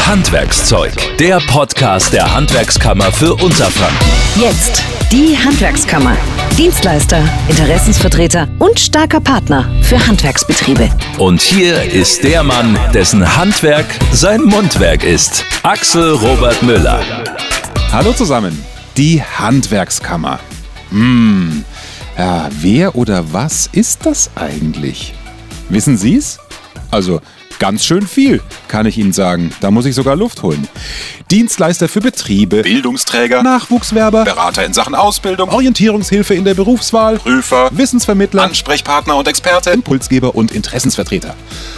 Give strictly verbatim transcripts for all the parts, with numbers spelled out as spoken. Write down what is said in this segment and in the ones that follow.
Handwerkszeug, der Podcast der Handwerkskammer für Unterfranken. Jetzt die Handwerkskammer. Dienstleister, Interessensvertreter und starker Partner für Handwerksbetriebe. Und hier ist der Mann, dessen Handwerk sein Mundwerk ist. Axel Robert Müller. Hallo zusammen, die Handwerkskammer. Hm, ja, wer oder was ist das eigentlich? Wissen Sie's? Also ganz schön viel, kann ich Ihnen sagen. Da muss ich sogar Luft holen. Dienstleister für Betriebe, Bildungsträger, Nachwuchswerber, Berater in Sachen Ausbildung, Orientierungshilfe in der Berufswahl, Prüfer, Wissensvermittler, Ansprechpartner und Experte, Impulsgeber und Interessensvertreter.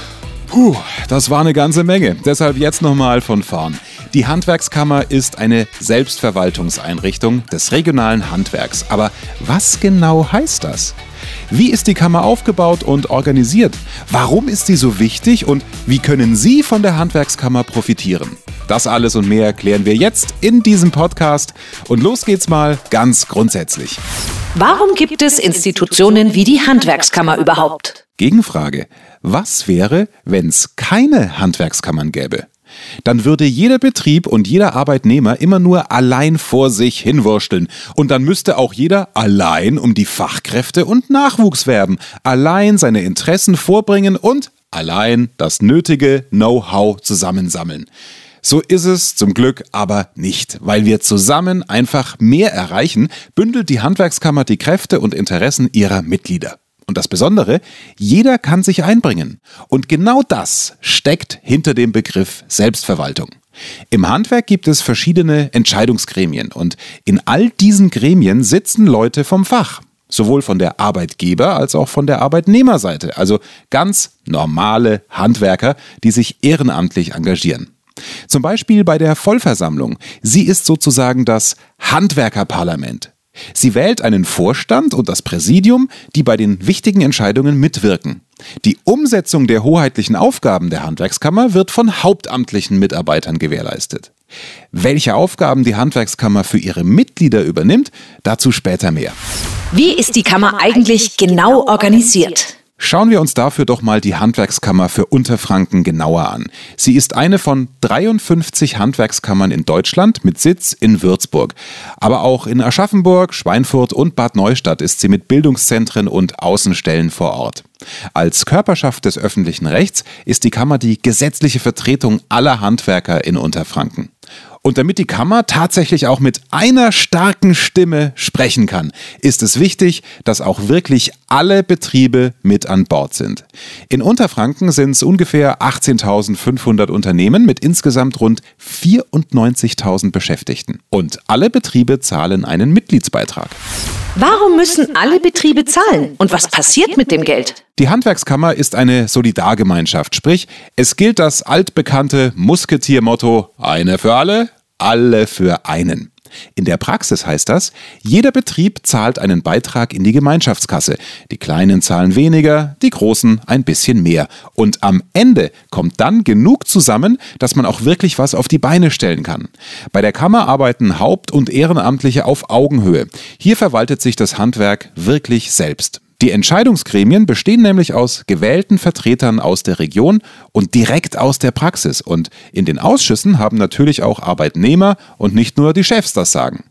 Puh, das war eine ganze Menge. Deshalb jetzt nochmal von vorn. Die Handwerkskammer ist eine Selbstverwaltungseinrichtung des regionalen Handwerks. Aber was genau heißt das? Wie ist die Kammer aufgebaut und organisiert? Warum ist sie so wichtig und wie können Sie von der Handwerkskammer profitieren? Das alles und mehr klären wir jetzt in diesem Podcast. Und los geht's mal ganz grundsätzlich. Warum gibt es Institutionen wie die Handwerkskammer überhaupt? Gegenfrage. Was wäre, wenn es keine Handwerkskammern gäbe? Dann würde jeder Betrieb und jeder Arbeitnehmer immer nur allein vor sich hinwursteln. Und dann müsste auch jeder allein um die Fachkräfte und Nachwuchs werben, allein seine Interessen vorbringen und allein das nötige Know-how zusammensammeln. So ist es zum Glück aber nicht. Weil wir zusammen einfach mehr erreichen, bündelt die Handwerkskammer die Kräfte und Interessen ihrer Mitglieder. Und das Besondere, jeder kann sich einbringen. Und genau das steckt hinter dem Begriff Selbstverwaltung. Im Handwerk gibt es verschiedene Entscheidungsgremien und in all diesen Gremien sitzen Leute vom Fach. Sowohl von der Arbeitgeber- als auch von der Arbeitnehmerseite. Also ganz normale Handwerker, die sich ehrenamtlich engagieren. Zum Beispiel bei der Vollversammlung. Sie ist sozusagen das Handwerkerparlament. Sie wählt einen Vorstand und das Präsidium, die bei den wichtigen Entscheidungen mitwirken. Die Umsetzung der hoheitlichen Aufgaben der Handwerkskammer wird von hauptamtlichen Mitarbeitern gewährleistet. Welche Aufgaben die Handwerkskammer für ihre Mitglieder übernimmt, dazu später mehr. Wie ist die Kammer eigentlich genau organisiert? Schauen wir uns dafür doch mal die Handwerkskammer für Unterfranken genauer an. Sie ist eine von dreiundfünfzig Handwerkskammern in Deutschland mit Sitz in Würzburg. Aber auch in Aschaffenburg, Schweinfurt und Bad Neustadt ist sie mit Bildungszentren und Außenstellen vor Ort. Als Körperschaft des öffentlichen Rechts ist die Kammer die gesetzliche Vertretung aller Handwerker in Unterfranken. Und damit die Kammer tatsächlich auch mit einer starken Stimme sprechen kann, ist es wichtig, dass auch wirklich alle Betriebe mit an Bord sind. In Unterfranken sind es ungefähr achtzehntausendfünfhundert Unternehmen mit insgesamt rund vierundneunzigtausend Beschäftigten. Und alle Betriebe zahlen einen Mitgliedsbeitrag. Warum müssen alle Betriebe zahlen? Und was passiert mit dem Geld? Die Handwerkskammer ist eine Solidargemeinschaft, sprich, es gilt das altbekannte Musketiermotto: Einer für alle, alle für einen. In der Praxis heißt das, jeder Betrieb zahlt einen Beitrag in die Gemeinschaftskasse. Die Kleinen zahlen weniger, die Großen ein bisschen mehr. Und am Ende kommt dann genug zusammen, dass man auch wirklich was auf die Beine stellen kann. Bei der Kammer arbeiten Haupt- und Ehrenamtliche auf Augenhöhe. Hier verwaltet sich das Handwerk wirklich selbst. Die Entscheidungsgremien bestehen nämlich aus gewählten Vertretern aus der Region und direkt aus der Praxis. Und in den Ausschüssen haben natürlich auch Arbeitnehmer und nicht nur die Chefs das Sagen.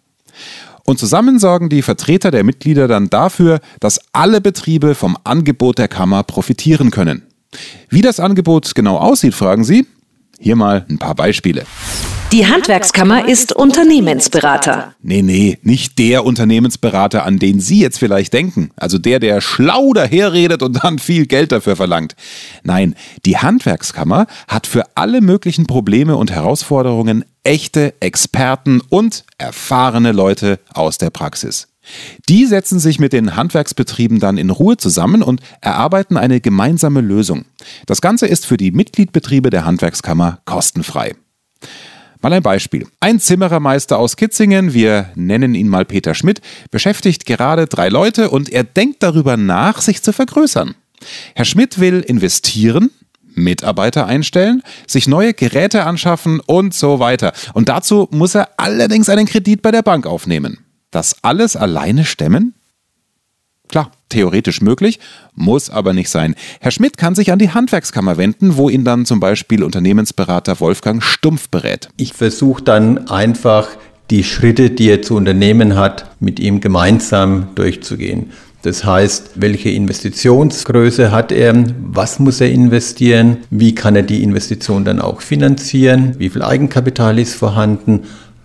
Und zusammen sorgen die Vertreter der Mitglieder dann dafür, dass alle Betriebe vom Angebot der Kammer profitieren können. Wie das Angebot genau aussieht, fragen Sie? Hier mal ein paar Beispiele. Die Handwerkskammer ist Unternehmensberater. Nee, nee, nicht der Unternehmensberater, an den Sie jetzt vielleicht denken. Also der, der schlau daherredet und dann viel Geld dafür verlangt. Nein, die Handwerkskammer hat für alle möglichen Probleme und Herausforderungen echte Experten und erfahrene Leute aus der Praxis. Die setzen sich mit den Handwerksbetrieben dann in Ruhe zusammen und erarbeiten eine gemeinsame Lösung. Das Ganze ist für die Mitgliedbetriebe der Handwerkskammer kostenfrei. Mal ein Beispiel. Ein Zimmerermeister aus Kitzingen, wir nennen ihn mal Peter Schmidt, beschäftigt gerade drei Leute und er denkt darüber nach, sich zu vergrößern. Herr Schmidt will investieren, Mitarbeiter einstellen, sich neue Geräte anschaffen und so weiter. Und dazu muss er allerdings einen Kredit bei der Bank aufnehmen. Das alles alleine stemmen? Klar, theoretisch möglich, muss aber nicht sein. Herr Schmidt kann sich an die Handwerkskammer wenden, wo ihn dann zum Beispiel Unternehmensberater Wolfgang Stumpf berät. Ich versuche dann einfach die Schritte, die er zu unternehmen hat, mit ihm gemeinsam durchzugehen. Das heißt, welche Investitionsgröße hat er, was muss er investieren, wie kann er die Investition dann auch finanzieren, wie viel Eigenkapital ist vorhanden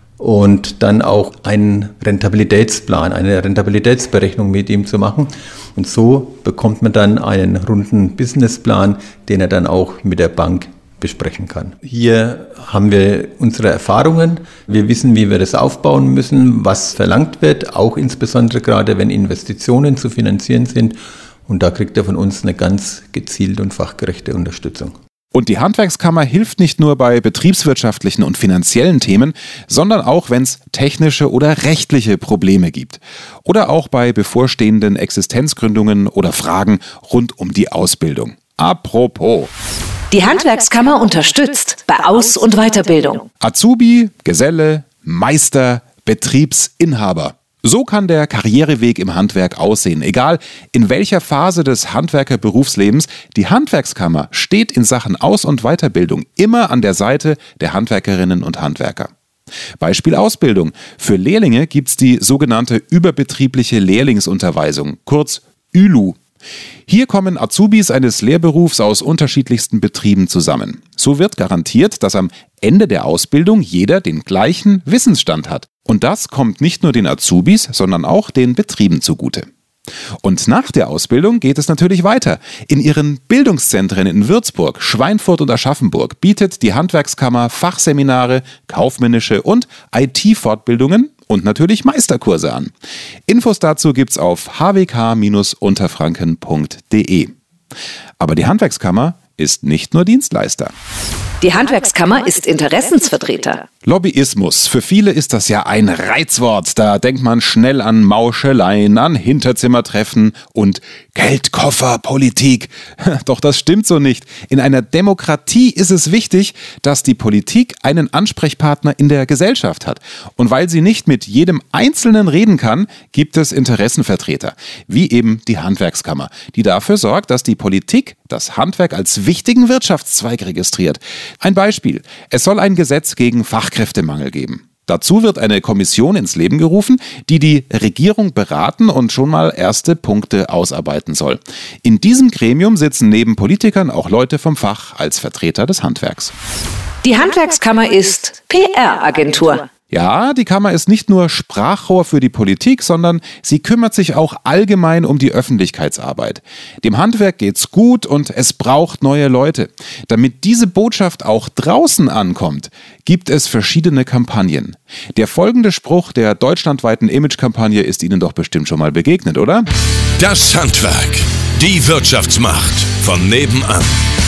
und dann auch einen Rentabilitätsplan, eine Rentabilitätsberechnung mit ihm zu machen. Und so bekommt man dann einen runden Businessplan, den er dann auch mit der Bank besprechen kann. Hier haben wir unsere Erfahrungen. Wir wissen, wie wir das aufbauen müssen, was verlangt wird, auch insbesondere gerade, wenn Investitionen zu finanzieren sind. Und da kriegt er von uns eine ganz gezielte und fachgerechte Unterstützung. Und die Handwerkskammer hilft nicht nur bei betriebswirtschaftlichen und finanziellen Themen, sondern auch, wenn es technische oder rechtliche Probleme gibt. Oder auch bei bevorstehenden Existenzgründungen oder Fragen rund um die Ausbildung. Apropos. Die Handwerkskammer unterstützt bei Aus- und Weiterbildung. Azubi, Geselle, Meister, Betriebsinhaber. So kann der Karriereweg im Handwerk aussehen. Egal in welcher Phase des Handwerkerberufslebens, die Handwerkskammer steht in Sachen Aus- und Weiterbildung immer an der Seite der Handwerkerinnen und Handwerker. Beispiel Ausbildung. Für Lehrlinge gibt es die sogenannte überbetriebliche Lehrlingsunterweisung, kurz Ü L U. Hier kommen Azubis eines Lehrberufs aus unterschiedlichsten Betrieben zusammen. So wird garantiert, dass am Ende der Ausbildung jeder den gleichen Wissensstand hat. Und das kommt nicht nur den Azubis, sondern auch den Betrieben zugute. Und nach der Ausbildung geht es natürlich weiter. In ihren Bildungszentren in Würzburg, Schweinfurt und Aschaffenburg bietet die Handwerkskammer Fachseminare, kaufmännische und I T-Fortbildungen und natürlich Meisterkurse an. Infos dazu gibt's auf h w k Bindestrich unterfranken punkt d e. Aber die Handwerkskammer ist nicht nur Dienstleister. Die Handwerkskammer ist Interessensvertreter. Lobbyismus. Für viele ist das ja ein Reizwort. Da denkt man schnell an Mauscheleien, an Hinterzimmertreffen und Geldkofferpolitik. Doch das stimmt so nicht. In einer Demokratie ist es wichtig, dass die Politik einen Ansprechpartner in der Gesellschaft hat. Und weil sie nicht mit jedem Einzelnen reden kann, gibt es Interessenvertreter, wie eben die Handwerkskammer, die dafür sorgt, dass die Politik das Handwerk als wichtigen Wirtschaftszweig registriert. Ein Beispiel. Es soll ein Gesetz gegen Fachkräftemangel geben. Dazu wird eine Kommission ins Leben gerufen, die die Regierung beraten und schon mal erste Punkte ausarbeiten soll. In diesem Gremium sitzen neben Politikern auch Leute vom Fach als Vertreter des Handwerks. Die Handwerkskammer ist P R-Agentur. Ja, die Kammer ist nicht nur Sprachrohr für die Politik, sondern sie kümmert sich auch allgemein um die Öffentlichkeitsarbeit. Dem Handwerk geht's gut und es braucht neue Leute. Damit diese Botschaft auch draußen ankommt, gibt es verschiedene Kampagnen. Der folgende Spruch der deutschlandweiten Imagekampagne ist Ihnen doch bestimmt schon mal begegnet, oder? Das Handwerk. Die Wirtschaftsmacht von nebenan.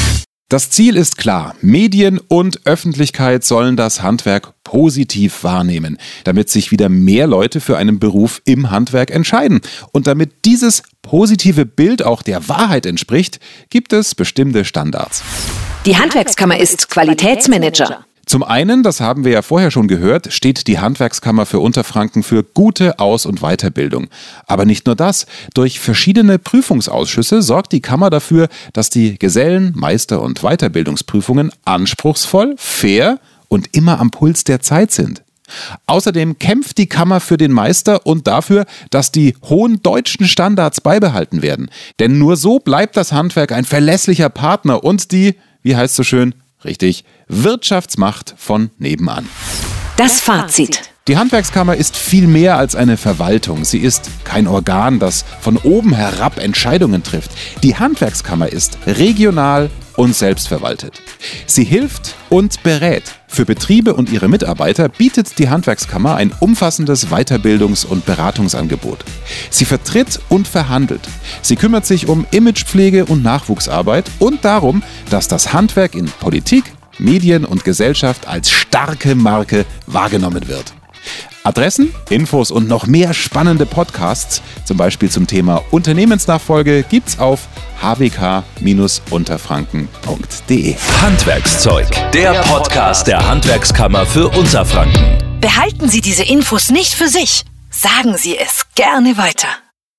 Das Ziel ist klar. Medien und Öffentlichkeit sollen das Handwerk positiv wahrnehmen, damit sich wieder mehr Leute für einen Beruf im Handwerk entscheiden. Und damit dieses positive Bild auch der Wahrheit entspricht, gibt es bestimmte Standards. Die Handwerkskammer ist Qualitätsmanager. Zum einen, das haben wir ja vorher schon gehört, steht die Handwerkskammer für Unterfranken für gute Aus- und Weiterbildung. Aber nicht nur das. Durch verschiedene Prüfungsausschüsse sorgt die Kammer dafür, dass die Gesellen-, Meister- und Weiterbildungsprüfungen anspruchsvoll, fair und immer am Puls der Zeit sind. Außerdem kämpft die Kammer für den Meister und dafür, dass die hohen deutschen Standards beibehalten werden. Denn nur so bleibt das Handwerk ein verlässlicher Partner und die, wie heißt es so schön, richtig, Wirtschaftsmacht von nebenan. Das Fazit. Die Handwerkskammer ist viel mehr als eine Verwaltung. Sie ist kein Organ, das von oben herab Entscheidungen trifft. Die Handwerkskammer ist regional und selbstverwaltet. Sie hilft und berät. Für Betriebe und ihre Mitarbeiter bietet die Handwerkskammer ein umfassendes Weiterbildungs- und Beratungsangebot. Sie vertritt und verhandelt. Sie kümmert sich um Imagepflege und Nachwuchsarbeit und darum, dass das Handwerk in Politik, Medien und Gesellschaft als starke Marke wahrgenommen wird. Adressen, Infos und noch mehr spannende Podcasts, zum Beispiel zum Thema Unternehmensnachfolge, gibt's auf h w k Bindestrich unterfranken punkt d e. Handwerkszeug, der Podcast der Handwerkskammer für Unterfranken. Behalten Sie diese Infos nicht für sich. Sagen Sie es gerne weiter.